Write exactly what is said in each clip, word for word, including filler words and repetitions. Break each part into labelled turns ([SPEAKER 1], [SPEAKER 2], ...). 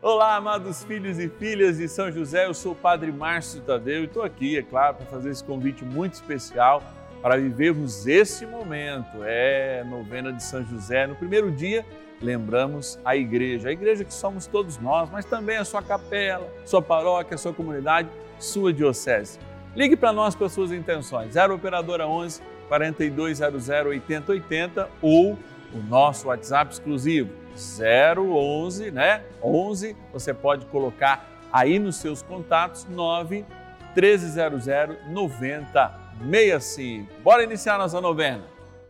[SPEAKER 1] Olá, amados filhos e filhas de São José, eu sou o Padre Márcio Tadeu e estou aqui, é claro, para fazer esse convite muito especial para vivermos esse momento, é novena de São José. No primeiro dia, lembramos a igreja, a igreja que somos todos nós, mas também a sua capela, sua paróquia, sua comunidade, sua diocese. Ligue para nós com as suas intenções, zero operadora onze, quarenta e dois zero zero, oitenta oitenta ou o nosso WhatsApp exclusivo, zero onze, né? onze, você pode colocar aí nos seus contatos, nove treze zero zero, noventa sessenta e cinco. Bora iniciar nossa novena.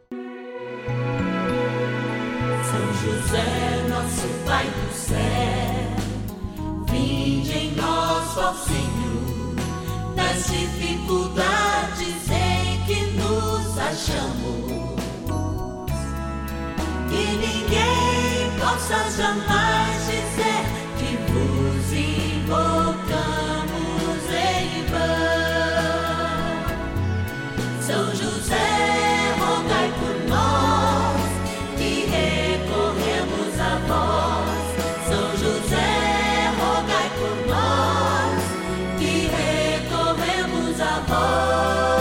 [SPEAKER 2] São José, nosso Pai do céu, vinde em nós, ó Senhor, nas dificuldades em que nos achamos, que ninguém possa jamais dizer que vos invocamos em vão. São José, rogai por nós, que recorremos a vós. São José, rogai por nós, que recorremos a vós.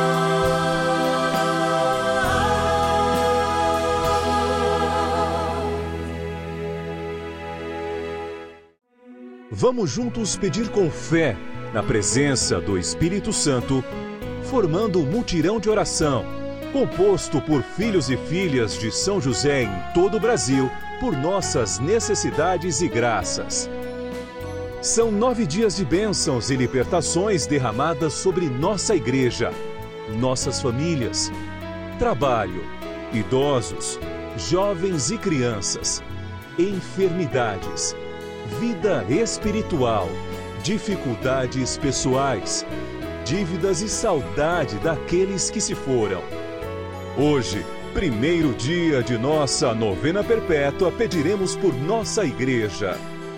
[SPEAKER 3] Vamos juntos pedir com fé, na presença do Espírito Santo, formando um mutirão de oração, composto por filhos e filhas de São José em todo o Brasil, por nossas necessidades e graças. São nove dias de bênçãos e libertações derramadas sobre nossa igreja, nossas famílias, trabalho, idosos, jovens e crianças, enfermidades, vida espiritual, dificuldades pessoais, dívidas e saudade daqueles que se foram. Hoje, primeiro dia de nossa novena perpétua, pediremos por nossa igreja.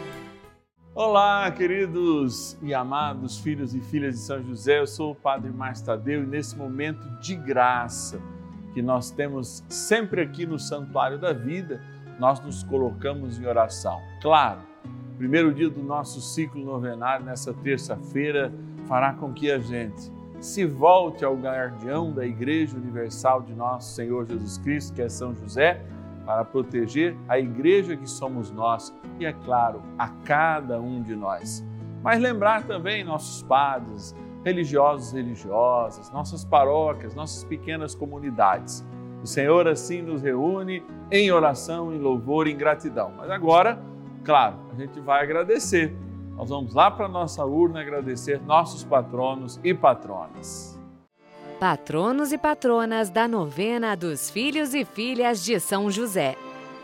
[SPEAKER 1] Olá, queridos e amados filhos e filhas de São José, eu sou o Padre Márcio Tadeu e nesse momento de graça que nós temos sempre aqui no Santuário da Vida, nós nos colocamos em oração. Claro, primeiro dia do nosso ciclo novenário, nessa terça-feira, fará com que a gente se volte ao guardião da Igreja Universal de nosso Senhor Jesus Cristo, que é São José, para proteger a igreja que somos nós e, é claro, a cada um de nós. Mas lembrar também nossos padres, religiosos e religiosas, nossas paróquias, nossas pequenas comunidades. O Senhor assim nos reúne em oração, em louvor e em gratidão. Mas agora, claro, a gente vai agradecer. Nós vamos lá para a nossa urna agradecer nossos patronos e patronas.
[SPEAKER 4] Patronos e patronas da novena dos filhos e filhas de São José.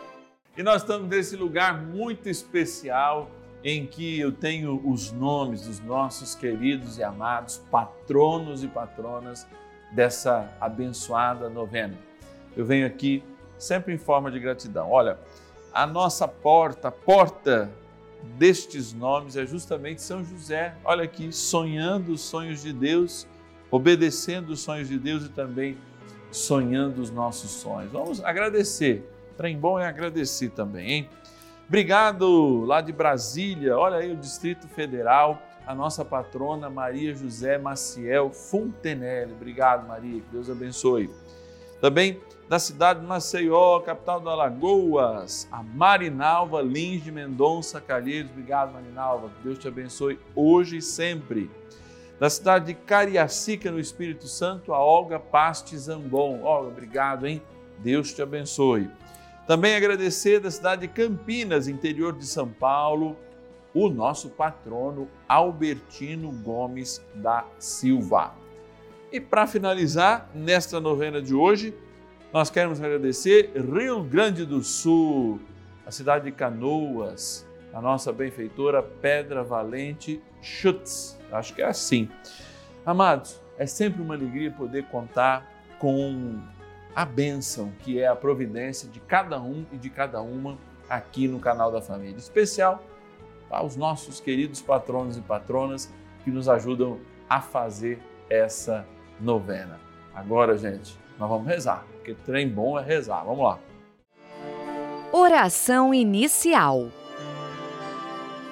[SPEAKER 1] E nós estamos nesse lugar muito especial em que eu tenho os nomes dos nossos queridos e amados patronos e patronas dessa abençoada novena. Eu venho aqui sempre em forma de gratidão. Olha, a nossa porta, a porta destes nomes é justamente São José. Olha aqui, sonhando os sonhos de Deus, obedecendo os sonhos de Deus e também sonhando os nossos sonhos. Vamos agradecer. Trem bom é agradecer também, hein? Obrigado lá de Brasília, olha aí o Distrito Federal, a nossa patrona Maria José Maciel Fontenelle. Obrigado, Maria, que Deus abençoe. Também da cidade de Maceió, capital do Alagoas, a Marinalva Lins de Mendonça Calheiros. Obrigado, Marinalva, que Deus te abençoe hoje e sempre. Da cidade de Cariacica, no Espírito Santo, a Olga Paste Zambon. Olga, obrigado, hein? Deus te abençoe. Também agradecer da cidade de Campinas, interior de São Paulo, o nosso patrono Albertino Gomes da Silva. E para finalizar, nesta novena de hoje, nós queremos agradecer Rio Grande do Sul, a cidade de Canoas, a nossa benfeitora Pedra Valente Schutz. Acho que é assim. Amados, é sempre uma alegria poder contar com a bênção que é a providência de cada um e de cada uma aqui no canal da família. Em especial aos nossos queridos patronos e patronas que nos ajudam a fazer essa novena. Agora, gente, nós vamos rezar, porque trem bom é rezar. Vamos lá.
[SPEAKER 4] Oração inicial.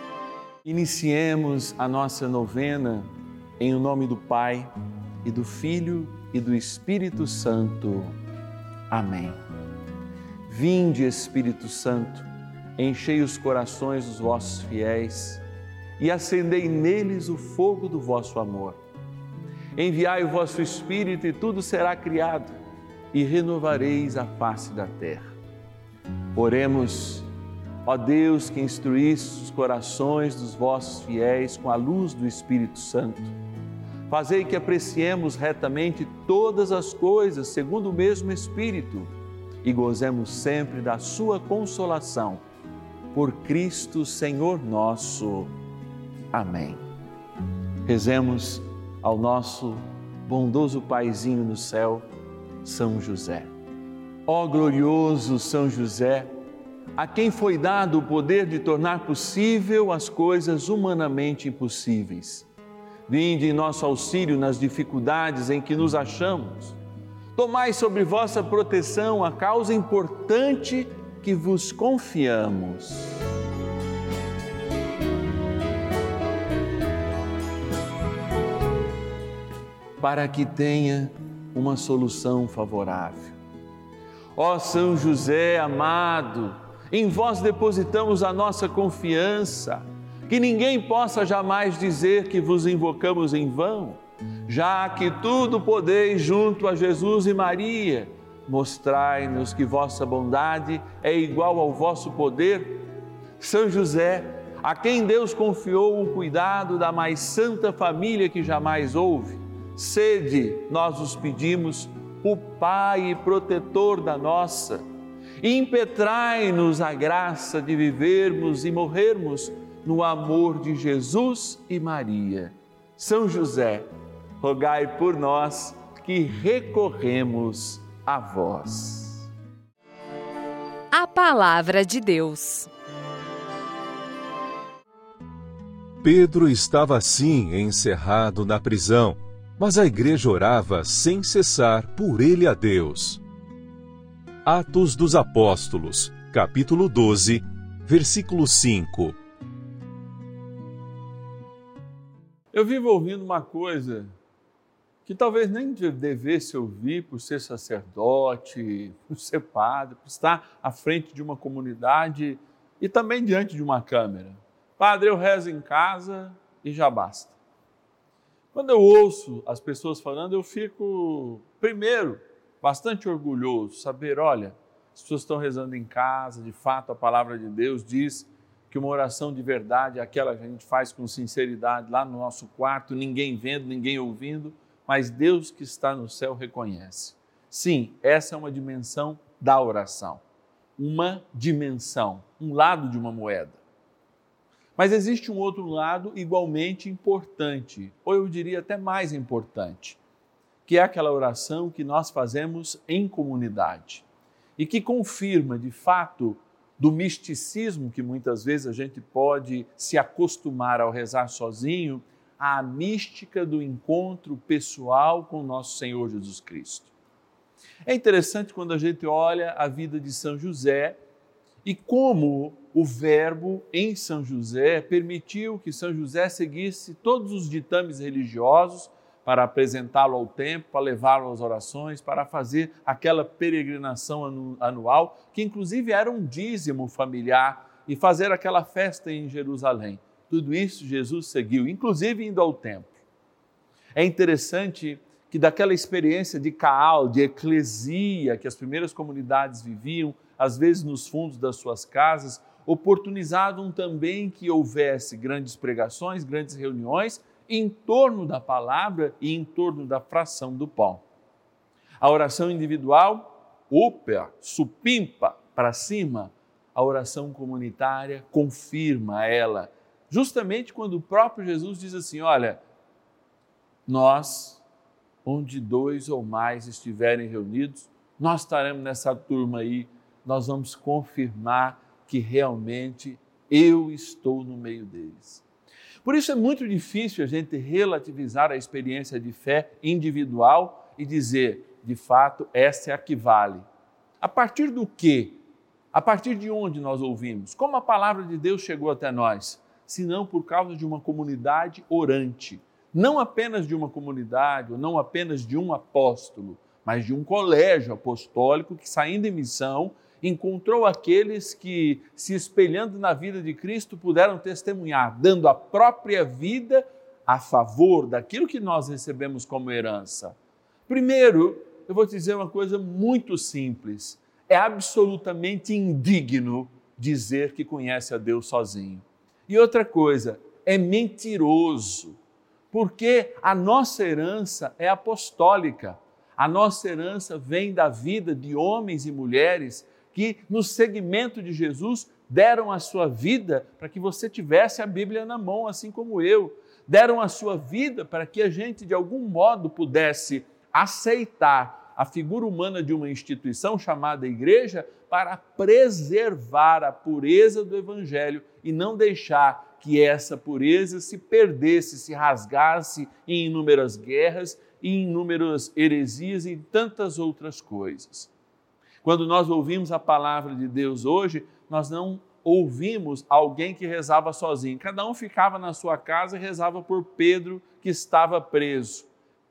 [SPEAKER 1] Iniciemos a nossa novena em o nome do Pai e do Filho e do Espírito Santo. Amém. Vinde, Espírito Santo, enchei os corações dos vossos fiéis e acendei neles o fogo do vosso amor. Enviai o vosso Espírito e tudo será criado e renovareis a face da terra. Oremos, ó Deus, que instruísse os corações dos vossos fiéis com a luz do Espírito Santo. Fazei que apreciemos retamente todas as coisas segundo o mesmo Espírito e gozemos sempre da sua consolação. Por Cristo, Senhor nosso. Amém. Rezemos ao nosso bondoso Paizinho no céu, São José. Ó glorioso São José, a quem foi dado o poder de tornar possível as coisas humanamente impossíveis. Vinde em nosso auxílio nas dificuldades em que nos achamos. Tomai sobre vossa proteção a causa importante que vos confiamos. Para que tenha uma solução favorável. Ó São José amado, em vós depositamos a nossa confiança, que ninguém possa jamais dizer que vos invocamos em vão, já que tudo podeis junto a Jesus e Maria, mostrai-nos que vossa bondade é igual ao vosso poder. São José, a quem Deus confiou o cuidado da mais santa família que jamais houve, sede, nós os pedimos, o Pai e protetor da nossa, e impetrai-nos a graça de vivermos e morrermos no amor de Jesus e Maria. São José, rogai por nós que recorremos a vós.
[SPEAKER 4] A Palavra de Deus.
[SPEAKER 3] Pedro estava assim encerrado na prisão, mas a igreja orava sem cessar por ele a Deus. Atos dos Apóstolos, capítulo doze, versículo cinco.
[SPEAKER 1] Eu vivo ouvindo uma coisa que talvez nem devesse ouvir por ser sacerdote, por ser padre, por estar à frente de uma comunidade e também diante de uma câmera. Padre, eu rezo em casa e já basta. Quando eu ouço as pessoas falando, eu fico, primeiro, bastante orgulhoso, saber, olha, as pessoas estão rezando em casa, de fato a palavra de Deus diz que uma oração de verdade é aquela que a gente faz com sinceridade lá no nosso quarto, ninguém vendo, ninguém ouvindo, mas Deus que está no céu reconhece. Sim, essa é uma dimensão da oração, uma dimensão, um lado de uma moeda. Mas existe um outro lado igualmente importante, ou eu diria até mais importante, que é aquela oração que nós fazemos em comunidade e que confirma, de fato, do misticismo que muitas vezes a gente pode se acostumar ao rezar sozinho, a mística do encontro pessoal com nosso Senhor Jesus Cristo. É interessante quando a gente olha a vida de São José e como o Verbo em São José permitiu que São José seguisse todos os ditames religiosos para apresentá-lo ao templo, para levá-lo às orações, para fazer aquela peregrinação anual, que inclusive era um dízimo familiar, e fazer aquela festa em Jerusalém. Tudo isso Jesus seguiu, inclusive indo ao templo. É interessante que daquela experiência de Caal, de eclesia, que as primeiras comunidades viviam, às vezes nos fundos das suas casas, oportunizavam também que houvesse grandes pregações, grandes reuniões em torno da palavra e em torno da fração do pão. A oração individual, opa, supimpa, para cima. A oração comunitária confirma ela, justamente quando o próprio Jesus diz assim, olha, nós, onde dois ou mais estiverem reunidos, nós estaremos nessa turma aí, nós vamos confirmar que realmente eu estou no meio deles. Por isso é muito difícil a gente relativizar a experiência de fé individual e dizer, de fato, essa é a que vale. A partir do quê? A partir de onde nós ouvimos? Como a palavra de Deus chegou até nós? senão por causa de uma comunidade orante. Não apenas de uma comunidade, ou não apenas de um apóstolo, mas de um colégio apostólico que, saindo em missão, encontrou aqueles que, se espelhando na vida de Cristo, puderam testemunhar, dando a própria vida a favor daquilo que nós recebemos como herança. Primeiro, eu vou te dizer uma coisa muito simples. É absolutamente indigno dizer que conhece a Deus sozinho. E outra coisa, é mentiroso, porque a nossa herança é apostólica. A nossa herança vem da vida de homens e mulheres que, no segmento de Jesus, deram a sua vida para que você tivesse a Bíblia na mão, assim como eu. Deram a sua vida para que a gente, de algum modo, pudesse aceitar a figura humana de uma instituição chamada igreja para preservar a pureza do Evangelho e não deixar que essa pureza se perdesse, se rasgasse em inúmeras guerras, em inúmeras heresias e em tantas outras coisas. Quando nós ouvimos a palavra de Deus hoje, nós não ouvimos alguém que rezava sozinho. Cada um ficava na sua casa e rezava por Pedro, que estava preso.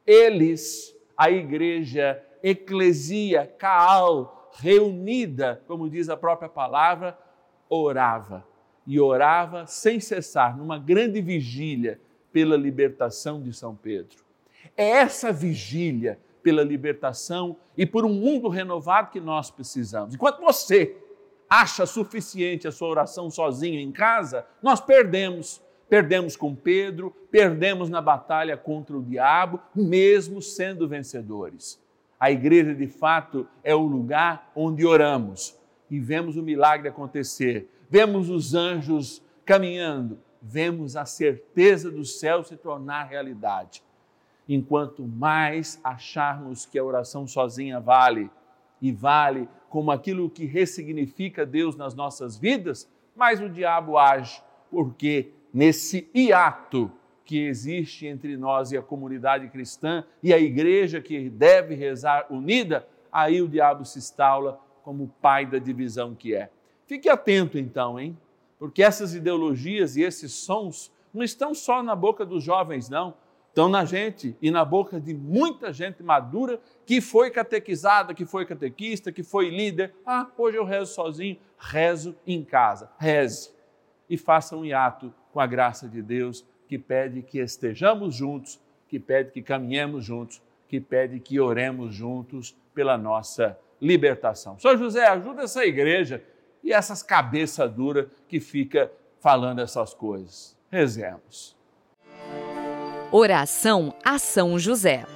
[SPEAKER 1] Eles, a igreja, eclesia, caal, reunida, como diz a própria palavra, orava. E orava sem cessar, numa grande vigília pela libertação de São Pedro. É essa vigília pela libertação e por um mundo renovado que nós precisamos. Enquanto você acha suficiente a sua oração sozinho em casa, nós perdemos. Perdemos com Pedro, perdemos na batalha contra o diabo, mesmo sendo vencedores. A igreja, de fato, é o lugar onde oramos e vemos o milagre acontecer, vemos os anjos caminhando, vemos a certeza do céu se tornar realidade. Enquanto mais acharmos que a oração sozinha vale, e vale como aquilo que ressignifica Deus nas nossas vidas, mais o diabo age, porque nesse hiato que existe entre nós e a comunidade cristã e a igreja que deve rezar unida, aí o diabo se instala como pai da divisão que é. Fique atento então, hein? Porque essas ideologias e esses sons não estão só na boca dos jovens, não. Estão na gente e na boca de muita gente madura que foi catequizada, que foi catequista, que foi líder. Ah, hoje eu rezo sozinho. Rezo em casa. Reze e faça um hiato com a graça de Deus, que pede que estejamos juntos, que pede que caminhemos juntos, que pede que oremos juntos pela nossa libertação. São José, ajuda essa igreja e essas cabeças duras que fica falando essas coisas. Rezemos.
[SPEAKER 4] Oração a São José.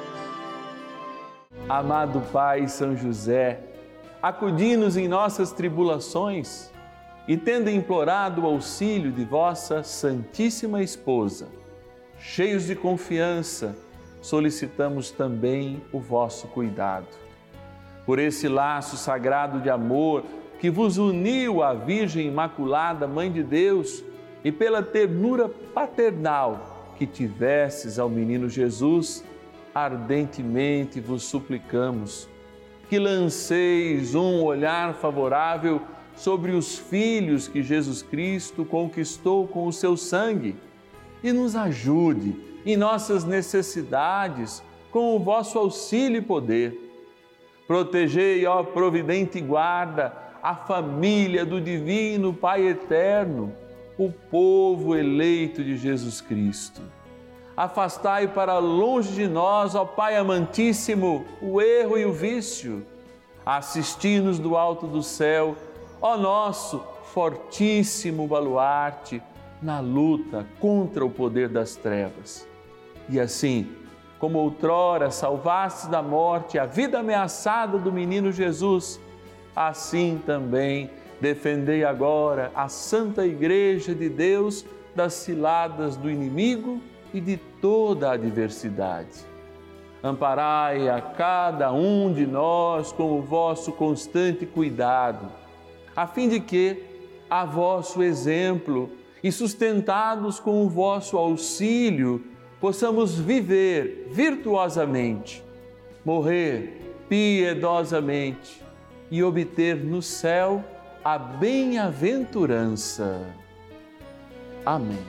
[SPEAKER 1] Amado Pai São José, acudi-nos em nossas tribulações e, tendo implorado o auxílio de vossa Santíssima Esposa, cheios de confiança, solicitamos também o vosso cuidado. Por esse laço sagrado de amor que vos uniu à Virgem Imaculada, Mãe de Deus, e pela ternura paternal que tivesses ao menino Jesus, ardentemente vos suplicamos que lanceis um olhar favorável sobre os filhos que Jesus Cristo conquistou com o seu sangue e nos ajude em nossas necessidades com o vosso auxílio e poder. Protegei, ó providente guarda, a família do Divino Pai Eterno, o povo eleito de Jesus Cristo. Afastai para longe de nós, ó Pai amantíssimo, o erro e o vício. Assisti-nos do alto do céu, ó nosso fortíssimo baluarte, na luta contra o poder das trevas. E assim, como outrora salvaste da morte a vida ameaçada do menino Jesus, assim também defendei agora a Santa Igreja de Deus das ciladas do inimigo e de toda a adversidade. Amparai a cada um de nós com o vosso constante cuidado, a fim de que, a vosso exemplo e sustentados com o vosso auxílio, possamos viver virtuosamente, morrer piedosamente e obter no céu a bem-aventurança. Amém.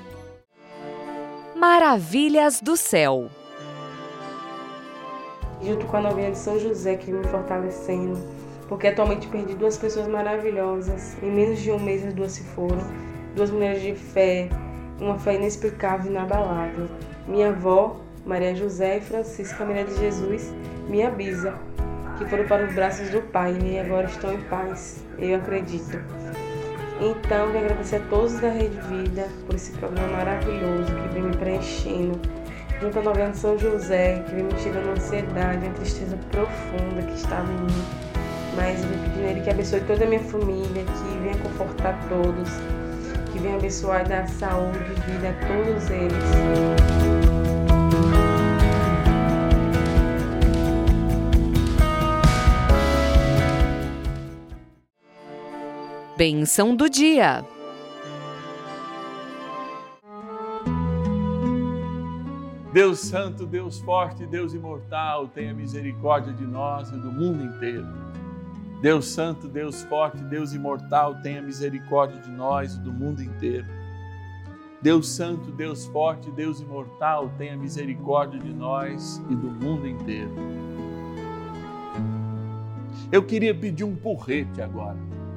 [SPEAKER 4] Maravilhas do céu.
[SPEAKER 5] Junto com a novena de São José, que vem me fortalecendo, porque atualmente perdi duas pessoas maravilhosas. Em menos de um mês as duas se foram, duas mulheres de fé, uma fé inexplicável e inabalável. Minha avó, Maria José, e Francisca Maria de Jesus, minha bisa, que foram para os braços do Pai e agora estão em paz, eu acredito. Então, eu agradecer a todos da Rede Vida por esse programa maravilhoso que vem me preenchendo, junto à novena de São José, que vem me tirando a ansiedade, a tristeza profunda que estava em mim. Mas eu vou pedindo a Ele que abençoe toda a minha família, que venha confortar todos, que venha abençoar e dar saúde e vida a todos eles.
[SPEAKER 4] Bênção do dia.
[SPEAKER 1] Deus santo, Deus forte, Deus imortal, tenha misericórdia de nós e do mundo inteiro. Deus santo, Deus forte, Deus imortal, tenha misericórdia de nós e do mundo inteiro. Deus santo, Deus forte, Deus imortal, tenha misericórdia de nós e do mundo inteiro. Eu queria pedir um porrete agora.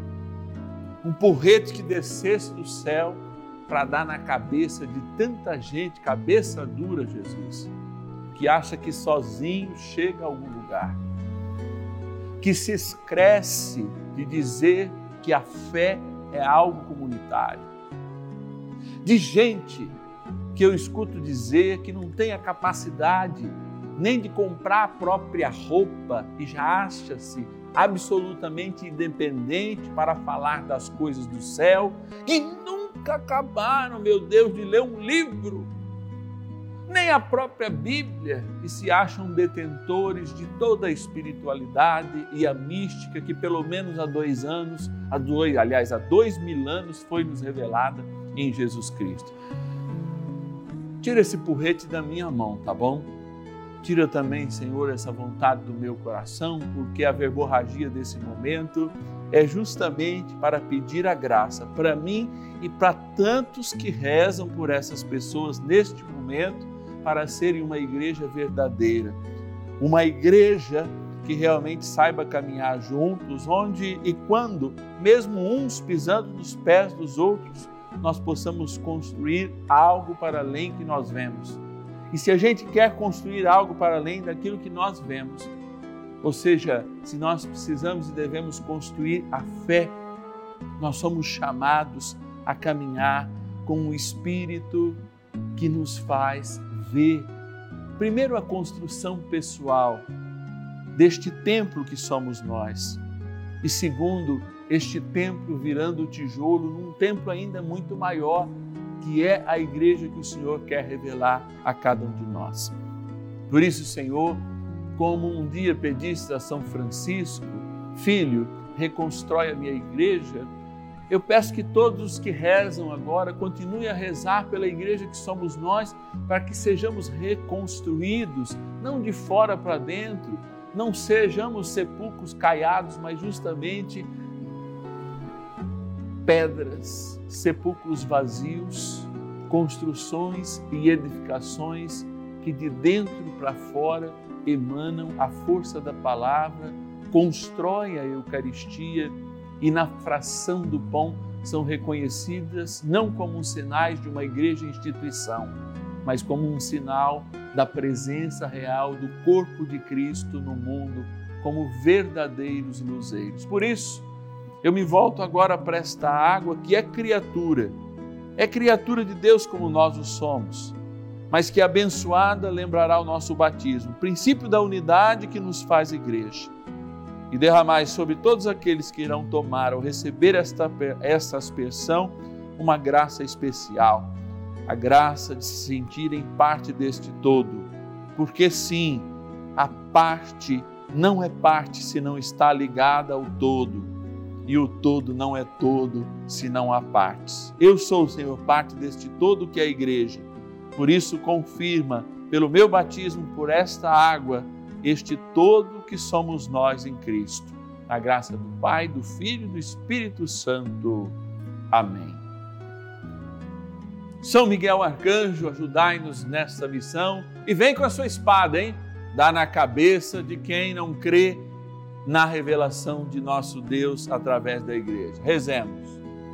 [SPEAKER 1] Um porrete que descesse do céu para dar na cabeça de tanta gente, cabeça dura, Jesus, que acha que sozinho chega a algum lugar, que se esquece de dizer que a fé é algo comunitário, de gente que eu escuto dizer que não tem a capacidade nem de comprar a própria roupa e já acha-se absolutamente independente para falar das coisas do céu, que nunca acabaram, meu Deus, de ler um livro, nem a própria Bíblia, e se acham detentores de toda a espiritualidade e a mística que pelo menos há dois anos, há dois, aliás, há dois mil anos foi nos revelada em Jesus Cristo. Tira esse porrete da minha mão, tá bom? Tira também, Senhor, essa vontade do meu coração, porque a verborragia desse momento é justamente para pedir a graça para mim e para tantos que rezam por essas pessoas neste momento, para serem uma igreja verdadeira, uma igreja que realmente saiba caminhar juntos, onde e quando, mesmo uns pisando nos pés dos outros, nós possamos construir algo para além que nós vemos. E se a gente quer construir algo para além daquilo que nós vemos, ou seja, se nós precisamos e devemos construir a fé, nós somos chamados a caminhar com um Espírito que nos faz ver, primeiro, a construção pessoal deste templo que somos nós, e segundo, este templo virando tijolo num templo ainda muito maior, que é a igreja que o Senhor quer revelar a cada um de nós. Por isso, Senhor, como um dia pediste a São Francisco, filho, reconstrói a minha igreja, eu peço que todos os que rezam agora continuem a rezar pela igreja que somos nós, para que sejamos reconstruídos, não de fora para dentro, não sejamos sepulcros caiados, mas justamente pedras, sepulcros vazios, construções e edificações que de dentro para fora emanam a força da palavra, constroem a Eucaristia e na fração do pão são reconhecidas não como sinais de uma igreja instituição, mas como um sinal da presença real do corpo de Cristo no mundo, como verdadeiros luzeiros. Por isso, eu me volto agora para esta água que é criatura, é criatura de Deus como nós o somos, mas que abençoada lembrará o nosso batismo, o princípio da unidade que nos faz igreja. E derramai sobre todos aqueles que irão tomar ou receber esta, esta aspersão uma graça especial, a graça de se sentirem parte deste todo, porque sim, a parte não é parte se não está ligada ao todo, e o todo não é todo se não há partes. Eu sou, Senhor, parte deste todo que é a igreja. Por isso, confirma, pelo meu batismo, por esta água, este todo que somos nós em Cristo. Na graça do Pai, do Filho e do Espírito Santo. Amém. São Miguel Arcanjo, ajudai-nos nesta missão e vem com a sua espada, hein? Dá na cabeça de quem não crê na revelação de nosso Deus através da igreja. Rezemos.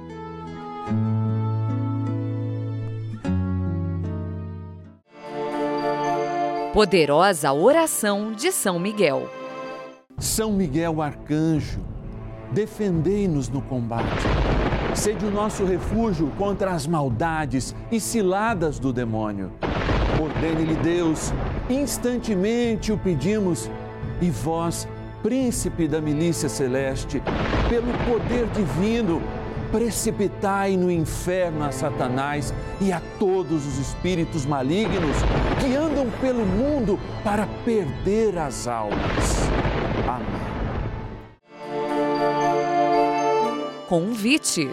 [SPEAKER 4] Poderosa oração de São Miguel.
[SPEAKER 1] São Miguel Arcanjo, defendei-nos no combate. Sede o nosso refúgio contra as maldades e ciladas do demônio. Ordene-lhe Deus, instantemente o pedimos, e vós, príncipe da milícia celeste, pelo poder divino, precipitai no inferno a Satanás e a todos os espíritos malignos que andam pelo mundo para perder as almas. Amém.
[SPEAKER 4] Convite.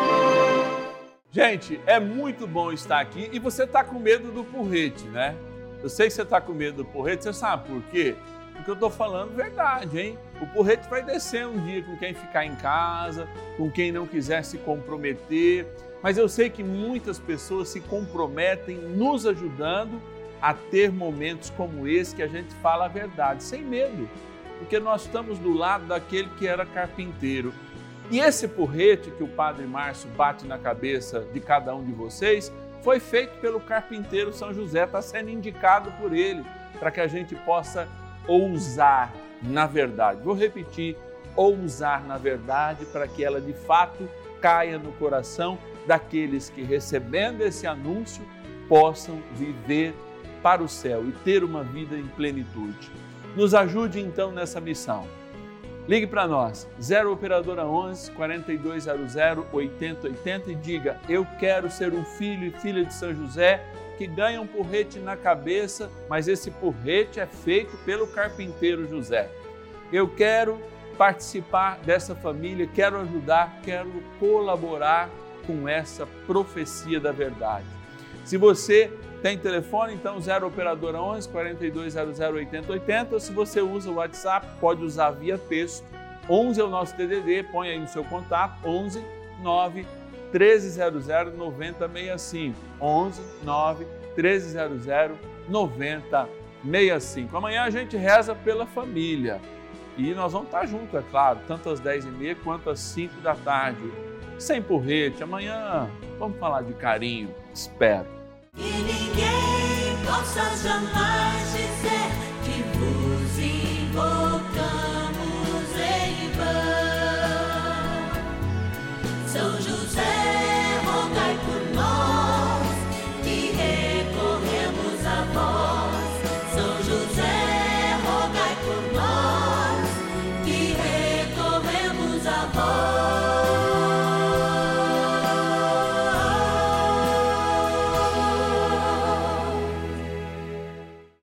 [SPEAKER 1] Gente, é muito bom estar aqui e você está com medo do porrete, né? Eu sei que você está com medo do porrete, você sabe por quê? Porque eu estou falando verdade, hein? O porrete vai descer um dia com quem ficar em casa, com quem não quiser se comprometer, mas eu sei que muitas pessoas se comprometem nos ajudando a ter momentos como esse que a gente fala a verdade, sem medo, porque nós estamos do lado daquele que era carpinteiro. E esse porrete que o Padre Márcio bate na cabeça de cada um de vocês foi feito pelo carpinteiro São José, está sendo indicado por ele, para que a gente possa ousar na verdade. Vou repetir, ousar na verdade, para que ela de fato caia no coração daqueles que, recebendo esse anúncio, possam viver para o céu e ter uma vida em plenitude. Nos ajude então nessa missão. Ligue para nós, zero operadora onze, quarenta e dois zero zero, oitenta oitenta e diga: eu quero ser um filho e filha de São José que ganha um porrete na cabeça, mas esse porrete é feito pelo carpinteiro José. Eu quero participar dessa família, quero ajudar, quero colaborar com essa profecia da verdade. Se você tem telefone, então zero operadora onze, quarenta e dois zero zero, oitenta oitenta, ou se você usa o WhatsApp, pode usar via texto. onze é o nosso D D D, põe aí no seu contato, onze nove treze zero zero noventa sessenta e cinco, onze nove treze zero zero noventa sessenta e cinco. Amanhã a gente reza pela família e nós vamos estar juntos, é claro, tanto às dez e meia quanto às cinco da tarde. Sem porrete, amanhã vamos falar de carinho, espero.
[SPEAKER 2] E ninguém possa jamais